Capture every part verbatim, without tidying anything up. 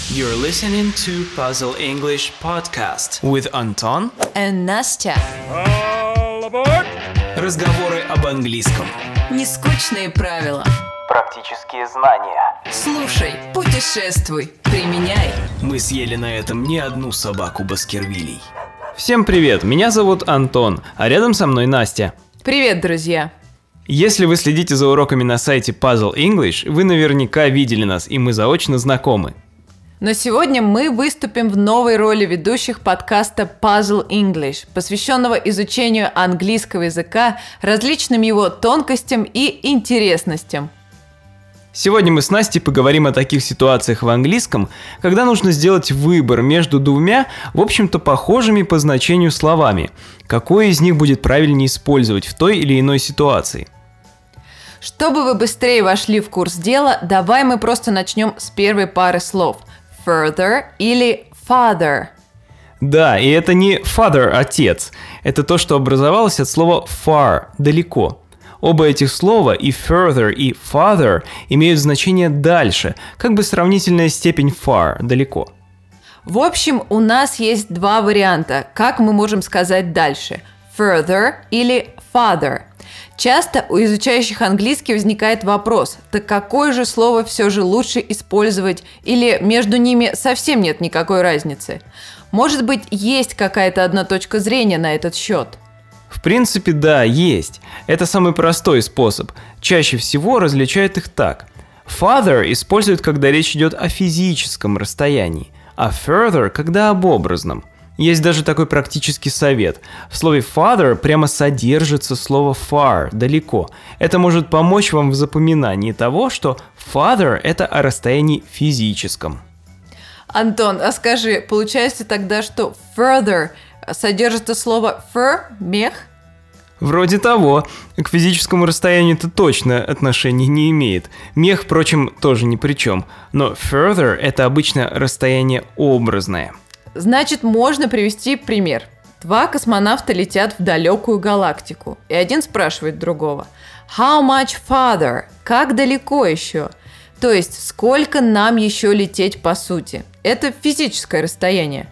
You're listening to Puzzle English Podcast with Антон and Настя. All aboard! Разговоры об английском. Нескучные правила. Практические знания. Слушай, путешествуй, применяй. Мы съели на этом не одну собаку Баскервилей. Всем привет, меня зовут Антон, а рядом со мной Настя. Привет, друзья. Если вы следите за уроками на сайте Puzzle English, вы наверняка видели нас, и мы заочно знакомы. Но сегодня мы выступим в новой роли ведущих подкаста Puzzle English, посвященного изучению английского языка, различным его тонкостям и интересностям. Сегодня мы с Настей поговорим о таких ситуациях в английском, когда нужно сделать выбор между двумя, в общем-то, похожими по значению словами. Какой из них будет правильнее использовать в той или иной ситуации? Чтобы вы быстрее вошли в курс дела, давай мы просто начнем с первой пары слов – further или father. Да, и это не father – отец. Это то, что образовалось от слова far – далеко. Оба этих слова, и further, и father, имеют значение «дальше», как бы сравнительная степень far – далеко. В общем, у нас есть два варианта, как мы можем сказать дальше – further или father. Часто у изучающих английский возникает вопрос, так какое же слово все же лучше использовать, или между ними совсем нет никакой разницы? Может быть, есть какая-то одна точка зрения на этот счет? В принципе, да, есть. Это самый простой способ. Чаще всего различают их так. Father используют, когда речь идет о физическом расстоянии, а further, когда об образном. Есть даже такой практический совет. В слове father прямо содержится слово far, далеко. Это может помочь вам в запоминании того, что father – это о расстоянии физическом. Антон, а скажи, получается тогда, что further содержится слово fur – мех? Вроде того. К физическому расстоянию это точно отношения не имеет. Мех, впрочем, тоже ни при чем. Но further – это обычно расстояние образное. Значит, можно привести пример. Два космонавта летят в далекую галактику, и один спрашивает другого: How much farther? Как далеко еще? То есть, сколько нам еще лететь по сути? Это физическое расстояние.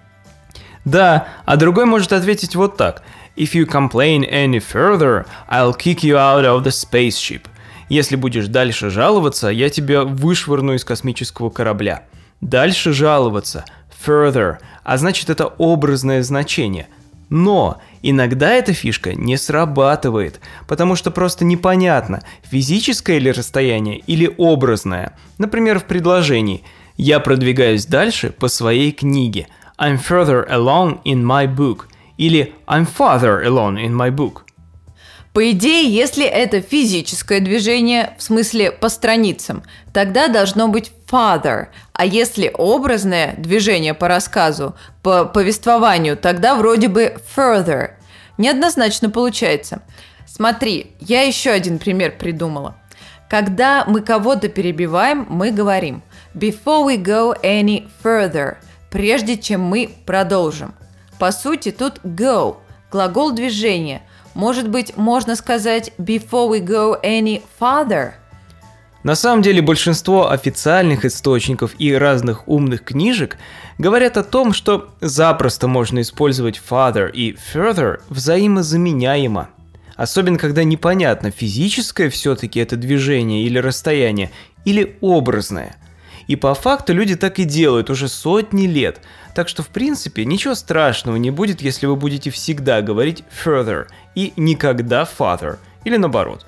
Да, а другой может ответить вот так. If you complain any further, I'll kick you out of the spaceship. Если будешь дальше жаловаться, я тебя вышвырну из космического корабля. Дальше жаловаться. Further, а значит это образное значение. Но иногда эта фишка не срабатывает, потому что просто непонятно, физическое ли расстояние или образное. Например, в предложении «Я продвигаюсь дальше по своей книге». I'm further along in my book. Или I'm farther along in my book. По идее, если это физическое движение, в смысле по страницам, тогда должно быть farther. А если образное движение по рассказу, по повествованию, тогда вроде бы further. Неоднозначно получается. Смотри, я еще один пример придумала. Когда мы кого-то перебиваем, мы говорим before we go any further, прежде чем мы продолжим. По сути, тут go, глагол движения. Может быть, можно сказать before we go any farther? На самом деле, большинство официальных источников и разных умных книжек говорят о том, что запросто можно использовать father и further взаимозаменяемо. Особенно, когда непонятно, физическое все-таки это движение или расстояние, или образное. И по факту люди так и делают уже сотни лет. Так что, в принципе, ничего страшного не будет, если вы будете всегда говорить further и никогда father, или наоборот.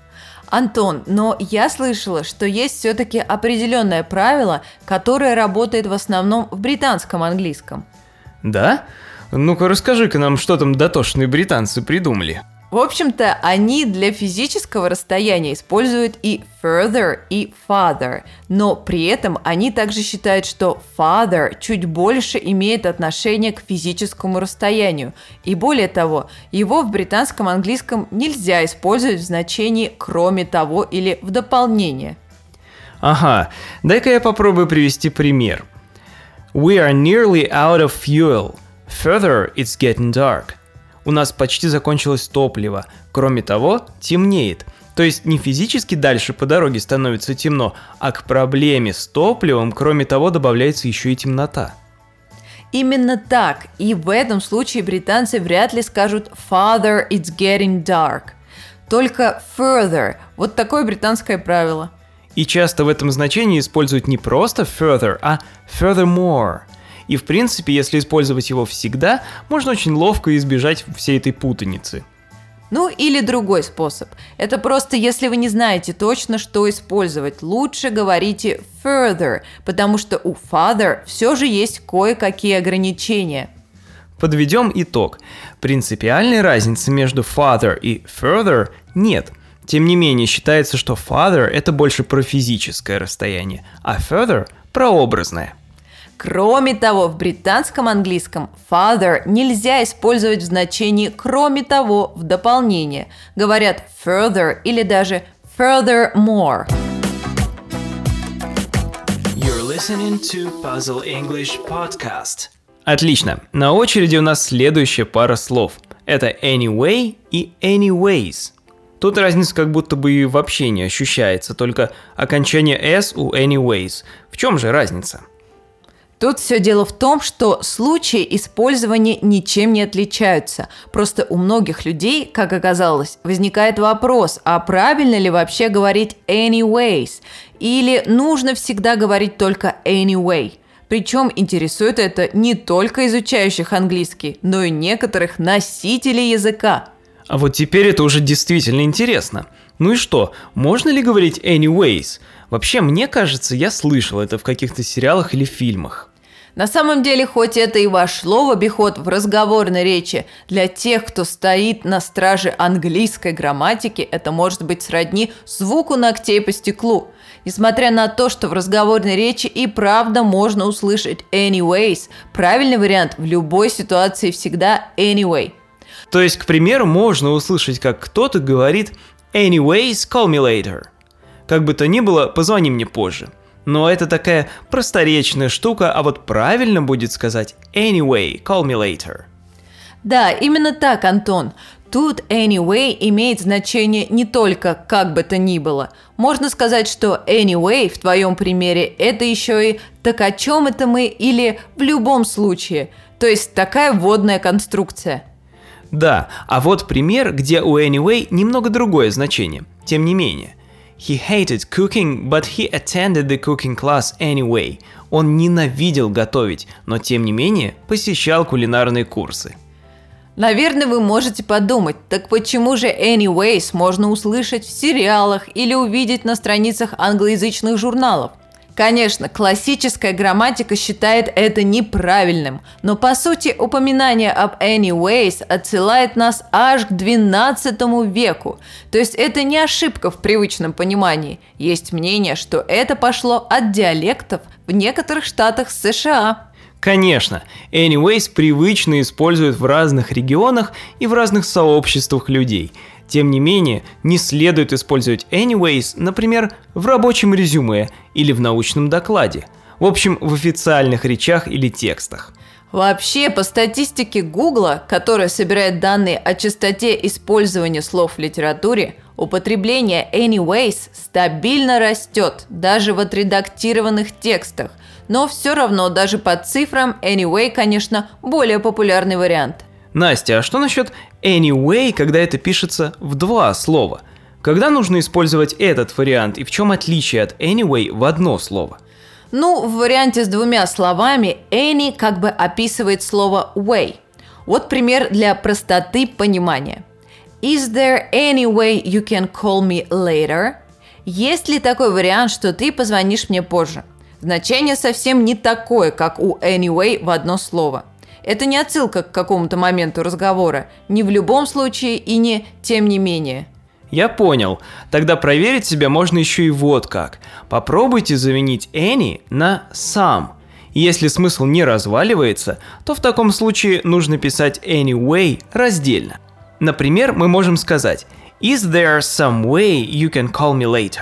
Антон, но я слышала, что есть все-таки определенное правило, которое работает в основном в британском английском. Да? Ну-ка расскажи-ка нам, что там дотошные британцы придумали. В общем-то, они для физического расстояния используют и further, и father, но при этом они также считают, что father чуть больше имеет отношение к физическому расстоянию, и более того, его в британском английском нельзя использовать в значении «кроме того» или «в дополнение». Ага, дай-ка я попробую привести пример. We are nearly out of fuel. Further, it's getting dark. У нас почти закончилось топливо. Кроме того, темнеет. То есть не физически дальше по дороге становится темно, а к проблеме с топливом, кроме того, добавляется еще и темнота. Именно так. И в этом случае британцы вряд ли скажут «Father, it's getting dark». Только «further». Вот такое британское правило. И часто в этом значении используют не просто further, а furthermore. И в принципе, если использовать его всегда, можно очень ловко избежать всей этой путаницы. Ну или другой способ. Это просто если вы не знаете точно, что использовать, лучше говорите further, потому что у father все же есть кое-какие ограничения. Подведем итог. Принципиальной разницы между father и further нет. Тем не менее, считается, что father – это больше про физическое расстояние, а further – про образное. Кроме того, в британском английском father нельзя использовать в значении «кроме того» в дополнение. Говорят further или даже furthermore. You're listening to Puzzle English Podcast. Отлично. На очереди у нас следующая пара слов. Это anyway и anyways. Тут разница как будто бы и вообще не ощущается, только окончание s у anyways. В чем же разница? Тут все дело в том, что случаи использования ничем не отличаются. Просто у многих людей, как оказалось, возникает вопрос, а правильно ли вообще говорить anyways? Или нужно всегда говорить только anyway? Причем интересует это не только изучающих английский, но и некоторых носителей языка. А вот теперь это уже действительно интересно. Ну и что, можно ли говорить anyways? Вообще, мне кажется, я слышал это в каких-то сериалах или фильмах. На самом деле, хоть это и вошло в обиход в разговорной речи, для тех, кто стоит на страже английской грамматики, это может быть сродни звуку ногтей по стеклу. Несмотря на то, что в разговорной речи и правда можно услышать anyways, правильный вариант в любой ситуации всегда anyway. То есть, к примеру, можно услышать, как кто-то говорит anyways, call me later. Как бы то ни было, позвони мне позже. Но это такая просторечная штука, а вот правильно будет сказать anyway, call me later. Да, именно так, Антон. Тут anyway имеет значение не только как бы то ни было. Можно сказать, что anyway в твоем примере это еще и «так о чем это мы» или «в любом случае». То есть такая вводная конструкция. Да, а вот пример, где у anyway немного другое значение. Тем не менее. He hated cooking, but he attended the cooking class anyway. Он ненавидел готовить, но тем не менее посещал кулинарные курсы. Наверное, вы можете подумать, так почему же anyways можно услышать в сериалах или увидеть на страницах англоязычных журналов? Конечно, классическая грамматика считает это неправильным, но по сути упоминание об anyways отсылает нас аж к двенадцатому веку. То есть это не ошибка в привычном понимании. Есть мнение, что это пошло от диалектов в некоторых штатах США. Конечно, anyways привычно используют в разных регионах и в разных сообществах людей. Тем не менее, не следует использовать anyways, например, в рабочем резюме или в научном докладе. В общем, в официальных речах или текстах. Вообще, по статистике Гугла, которая собирает данные о частоте использования слов в литературе, употребление anyways стабильно растет, даже в отредактированных текстах. Но все равно, даже по цифрам, anyway, конечно, более популярный вариант. Настя, а что насчет anyway, когда это пишется в два слова? Когда нужно использовать этот вариант и в чем отличие от anyway в одно слово? Ну, в варианте с двумя словами any как бы описывает слово way. Вот пример для простоты понимания. Is there any way you can call me later? Есть ли такой вариант, что ты позвонишь мне позже? Значение совсем не такое, как у anyway в одно слово. Это не отсылка к какому-то моменту разговора, ни в любом случае и не тем не менее. Я понял. Тогда проверить себя можно еще и вот как. Попробуйте заменить any на some. Если смысл не разваливается, то в таком случае нужно писать anyway раздельно. Например, мы можем сказать Is there some way you can call me later?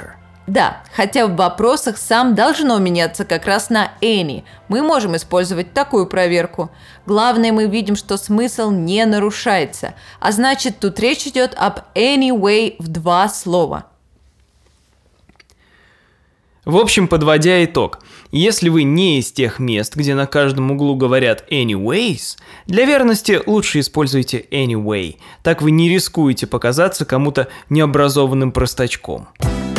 Да, хотя в вопросах сам должно меняться как раз на any. Мы можем использовать такую проверку. Главное, мы видим, что смысл не нарушается. А значит, тут речь идет об anyway в два слова. В общем, подводя итог, если вы не из тех мест, где на каждом углу говорят anyways, для верности лучше используйте anyway. Так вы не рискуете показаться кому-то необразованным простачком.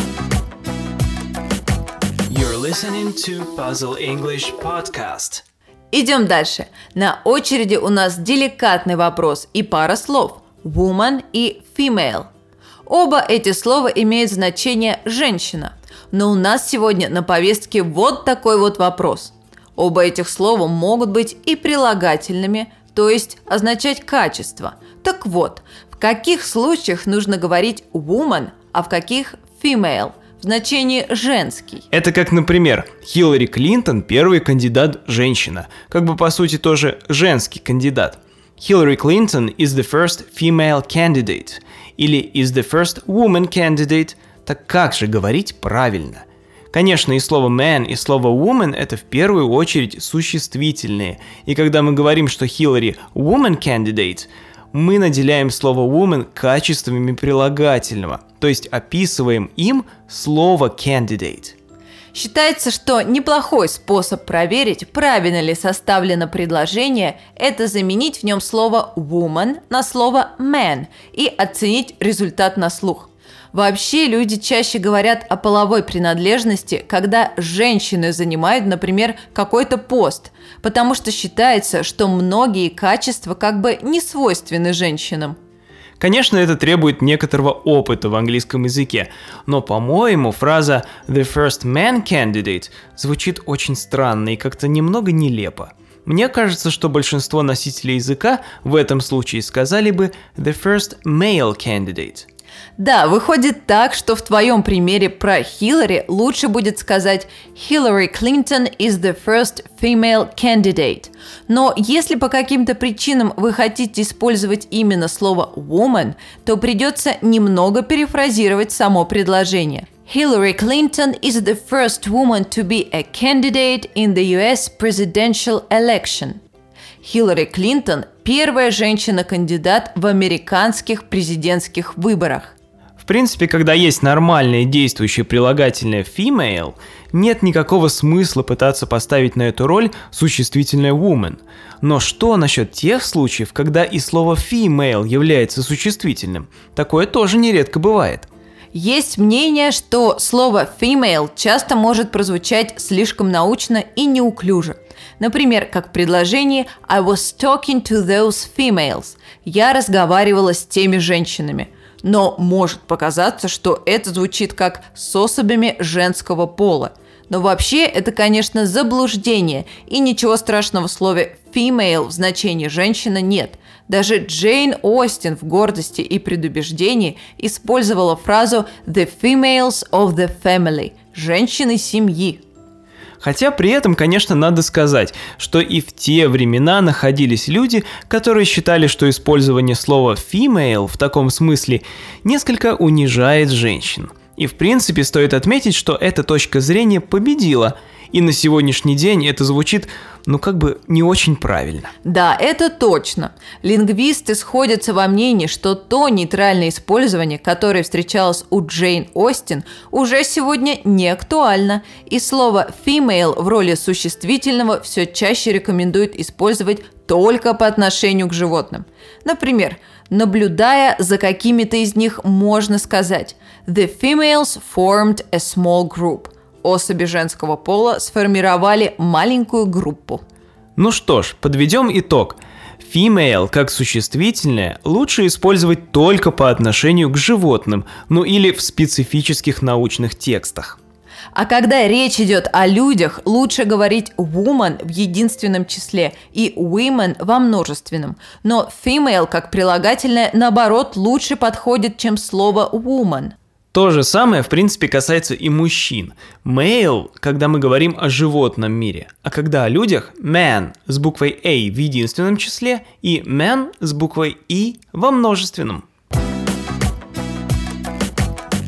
You're listening to Puzzle English Podcast. Идем дальше. На очереди у нас деликатный вопрос и пара слов – woman и female. Оба эти слова имеют значение «женщина». Но у нас сегодня на повестке вот такой вот вопрос. Оба этих слова могут быть и прилагательными, то есть означать качество. Так вот, в каких случаях нужно говорить woman, а в каких female? В значении «женский». Это как, например, Хиллари Клинтон – первый кандидат женщина, как бы по сути тоже женский кандидат. Hillary Clinton is the first female candidate или is the first woman candidate. Так как же говорить правильно? Конечно, и слово man, и слово woman – это в первую очередь существительные. И когда мы говорим, что Hillary – woman candidate, мы наделяем слово woman качествами прилагательного, то есть описываем им слово candidate. Считается, что неплохой способ проверить, правильно ли составлено предложение, это заменить в нем слово woman на слово man и оценить результат на слух. Вообще люди чаще говорят о половой принадлежности, когда женщины занимают, например, какой-то пост, потому что считается, что многие качества как бы не свойственны женщинам. Конечно, это требует некоторого опыта в английском языке, но, по-моему, фраза «the first man candidate» звучит очень странно и как-то немного нелепо. Мне кажется, что большинство носителей языка в этом случае сказали бы «the first male candidate». Да, выходит так, что в твоем примере про Хиллари лучше будет сказать Hillary Clinton is the first female candidate. Но если по каким-то причинам вы хотите использовать именно слово woman, то придется немного перефразировать само предложение. Hillary Clinton is the first woman to be a candidate in the ю эс presidential election. Хиллари Клинтон – первая женщина-кандидат в американских президентских выборах. В принципе, когда есть нормальное действующее прилагательное female, нет никакого смысла пытаться поставить на эту роль существительное woman. Но что насчет тех случаев, когда и слово female является существительным? Такое тоже нередко бывает. Есть мнение, что слово female часто может прозвучать слишком научно и неуклюже. Например, как в предложении I was talking to those females. Я разговаривала с теми женщинами. Но может показаться, что это звучит как с особями женского пола. Но вообще это, конечно, заблуждение, и ничего страшного в слове female в значении женщина нет. Даже Джейн Остин в «Гордости и предубеждении» использовала фразу «the females of the family» – «женщины семьи». Хотя при этом, конечно, надо сказать, что и в те времена находились люди, которые считали, что использование слова female в таком смысле несколько унижает женщин. И в принципе стоит отметить, что эта точка зрения победила, и на сегодняшний день это звучит, ну как бы не очень правильно. Да, это точно. Лингвисты сходятся во мнении, что то нейтральное использование, которое встречалось у Джейн Остин, уже сегодня не актуально, и слово female в роли существительного все чаще рекомендуют использовать только по отношению к животным. Например, наблюдая за какими-то из них, можно сказать «The females formed a small group». Особи женского пола сформировали маленькую группу. Ну что ж, подведем итог. Female как существительное лучше использовать только по отношению к животным, ну или в специфических научных текстах. А когда речь идет о людях, лучше говорить woman в единственном числе и women во множественном. Но female как прилагательное, наоборот, лучше подходит, чем слово woman. То же самое, в принципе, касается и мужчин. Male, когда мы говорим о животном мире, а когда о людях, man с буквой A в единственном числе и man с буквой E во множественном. You're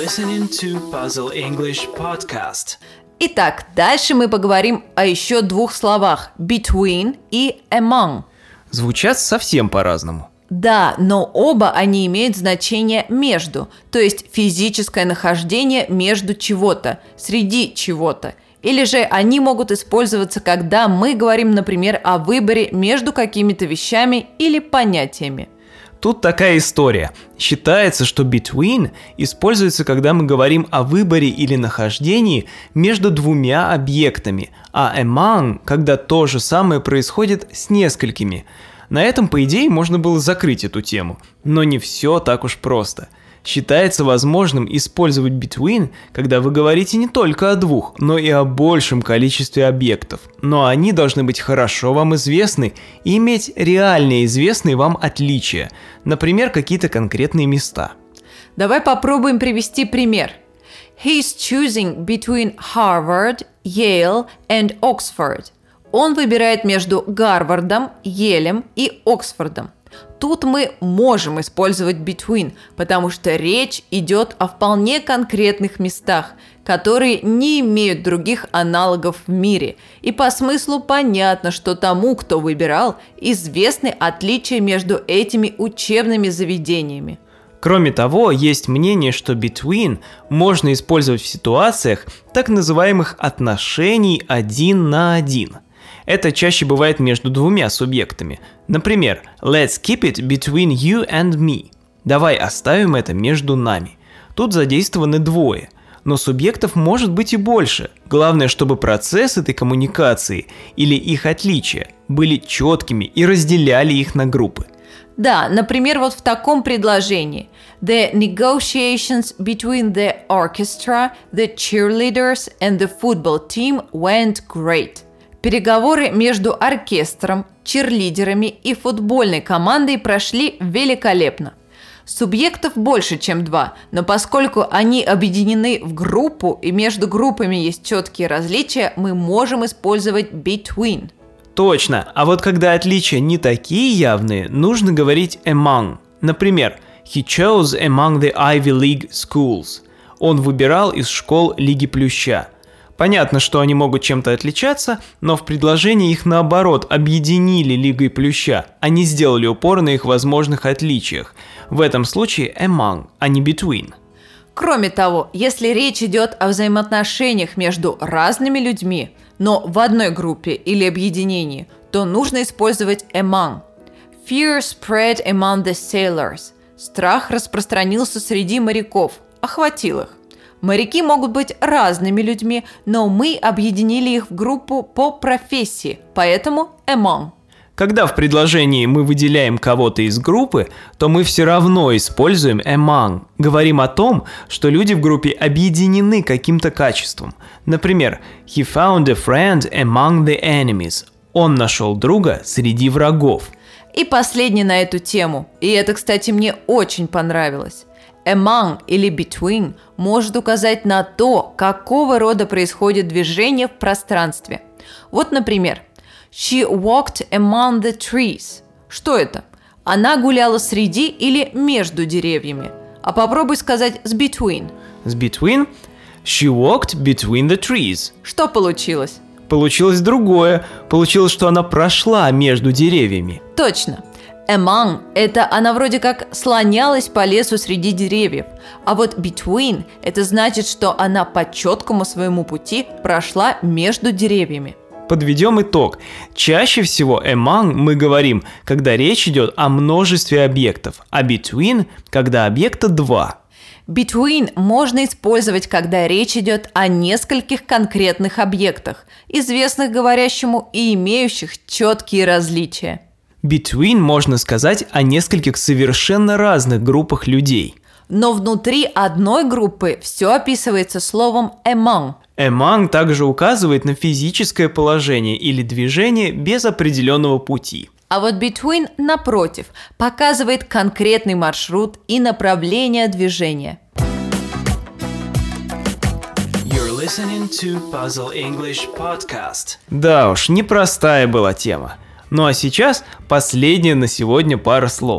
listening to Puzzle English Podcast. Итак, дальше мы поговорим о еще двух словах – between и among. Звучат совсем по-разному. Да, но оба они имеют значение «между», то есть физическое нахождение между чего-то, среди чего-то. Или же они могут использоваться, когда мы говорим, например, о выборе между какими-то вещами или понятиями. Тут такая история. Считается, что between используется, когда мы говорим о выборе или нахождении между двумя объектами, а among, когда то же самое происходит с несколькими. На этом, по идее, можно было закрыть эту тему. Но не все так уж просто. Считается возможным использовать between, когда вы говорите не только о двух, но и о большем количестве объектов. Но они должны быть хорошо вам известны и иметь реально известные вам отличия, например, какие-то конкретные места. Давай попробуем привести пример. He's choosing between Harvard, Yale and Oxford. Он выбирает между Гарвардом, Йелем и Оксфордом. Тут мы можем использовать between, потому что речь идет о вполне конкретных местах, которые не имеют других аналогов в мире. И по смыслу понятно, что тому, кто выбирал, известны отличия между этими учебными заведениями. Кроме того, есть мнение, что between можно использовать в ситуациях так называемых отношений один на один. Это чаще бывает между двумя субъектами. Например, let's keep it between you and me. Давай оставим это между нами. Тут задействованы двое, но субъектов может быть и больше. Главное, чтобы процесс этой коммуникации или их отличия были четкими и разделяли их на группы. Да, например, вот в таком предложении. The negotiations between the orchestra, the cheerleaders and the football team went great. Переговоры между оркестром, чирлидерами и футбольной командой прошли великолепно. Субъектов больше, чем два, но поскольку они объединены в группу и между группами есть четкие различия, мы можем использовать between. Точно, а вот когда отличия не такие явные, нужно говорить among. Например, he chose among the Ivy League schools. Он выбирал из школ Лиги Плюща. Понятно, что они могут чем-то отличаться, но в предложении их наоборот объединили Лигой Плюща, а не сделали упор на их возможных отличиях. В этом случае among, а не between. Кроме того, если речь идет о взаимоотношениях между разными людьми, но в одной группе или объединении, то нужно использовать among. Fear spread among the sailors. Страх распространился среди моряков, охватил их. Моряки могут быть разными людьми, но мы объединили их в группу по профессии, поэтому among. Когда в предложении мы выделяем кого-то из группы, то мы все равно используем among. Говорим о том, что люди в группе объединены каким-то качеством. Например, he found a friend among the enemies. Он нашел друга среди врагов. И последний на эту тему, и это, кстати, мне очень понравилось. Among или between может указать на то, какого рода происходит движение в пространстве. Вот, например, she walked among the trees. Что это? Она гуляла среди или между деревьями. А попробуй сказать с between. С between? She walked between the trees. Что получилось? Получилось другое. Получилось, что она прошла между деревьями. Точно. Among – это она вроде как слонялась по лесу среди деревьев, а вот between – это значит, что она по четкому своему пути прошла между деревьями. Подведем итог. Чаще всего among мы говорим, когда речь идет о множестве объектов, а between – когда объекта два. Between можно использовать, когда речь идет о нескольких конкретных объектах, известных говорящему и имеющих четкие различия. Between можно сказать о нескольких совершенно разных группах людей. Но внутри одной группы все описывается словом among. Among также указывает на физическое положение или движение без определенного пути. А вот between, напротив, показывает конкретный маршрут и направление движения. You're listening to Puzzle English Podcast. Да уж, непростая была тема. Ну а сейчас последняя на сегодня пара слов.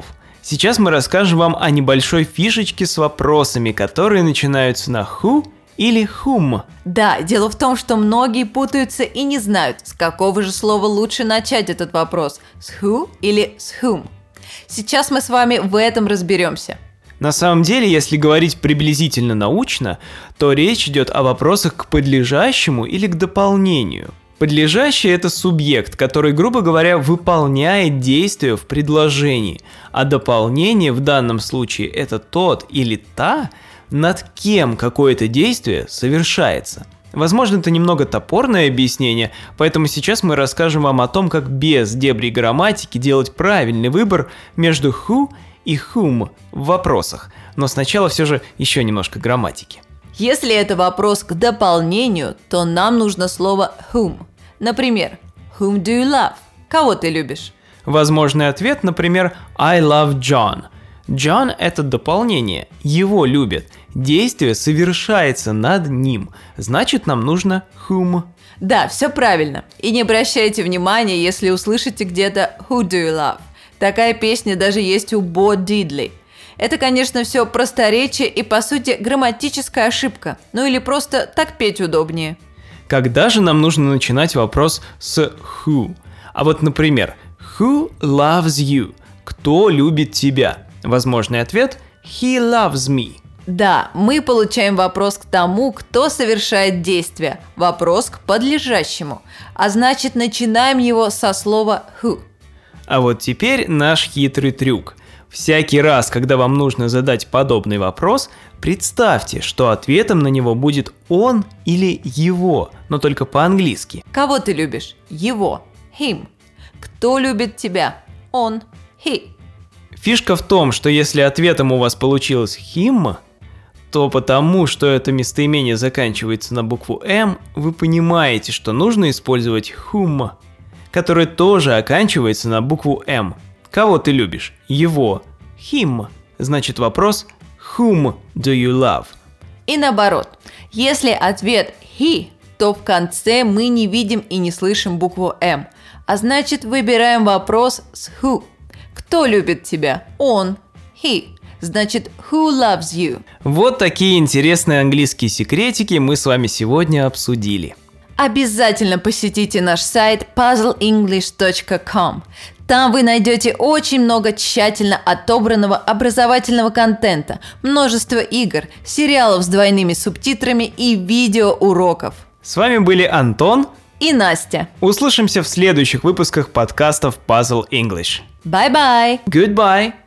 Сейчас мы расскажем вам о небольшой фишечке с вопросами, которые начинаются на who или whom. Да, дело в том, что многие путаются и не знают, с какого же слова лучше начать этот вопрос, с who или с whom. Сейчас мы с вами в этом разберемся. На самом деле, если говорить приблизительно научно, то речь идет о вопросах к подлежащему или к дополнению. Подлежащий – это субъект, который, грубо говоря, выполняет действие в предложении, а дополнение в данном случае – это тот или та, над кем какое-то действие совершается. Возможно, это немного топорное объяснение, поэтому сейчас мы расскажем вам о том, как без дебрей грамматики делать правильный выбор между who и whom в вопросах. Но сначала все же еще немножко грамматики. Если это вопрос к дополнению, то нам нужно слово whom. Например, whom do you love? Кого ты любишь? Возможный ответ, например, I love John. John – это дополнение, его любят. Действие совершается над ним, значит, нам нужно whom. Да, все правильно. И не обращайте внимания, если услышите где-то who do you love. Такая песня даже есть у Бо Дидли. Это, конечно, все просторечие и, по сути, грамматическая ошибка. Ну или просто так петь удобнее. Когда же нам нужно начинать вопрос с who? А вот, например, who loves you? Кто любит тебя? Возможный ответ – he loves me. Да, мы получаем вопрос к тому, кто совершает действие. Вопрос к подлежащему. А значит, начинаем его со слова who. А вот теперь наш хитрый трюк. Всякий раз, когда вам нужно задать подобный вопрос, представьте, что ответом на него будет он или его, но только по-английски. Кого ты любишь? Его. Him. Кто любит тебя? Он. He. Фишка в том, что если ответом у вас получилось him, то потому, что это местоимение заканчивается на букву M, вы понимаете, что нужно использовать whom, который тоже оканчивается на букву M. Кого ты любишь? Его. Him. Значит, вопрос whom do you love? И наоборот. Если ответ he, то в конце мы не видим и не слышим букву M. А значит, выбираем вопрос с who. Кто любит тебя? Он. He. Значит, who loves you? Вот такие интересные английские секретики мы с вами сегодня обсудили. Обязательно посетите наш сайт пазл инглиш точка ком. Там вы найдете очень много тщательно отобранного образовательного контента, множество игр, сериалов с двойными субтитрами и видеоуроков. С вами были Антон и Настя. Услышимся в следующих выпусках подкастов Puzzle English. Bye-bye! Goodbye!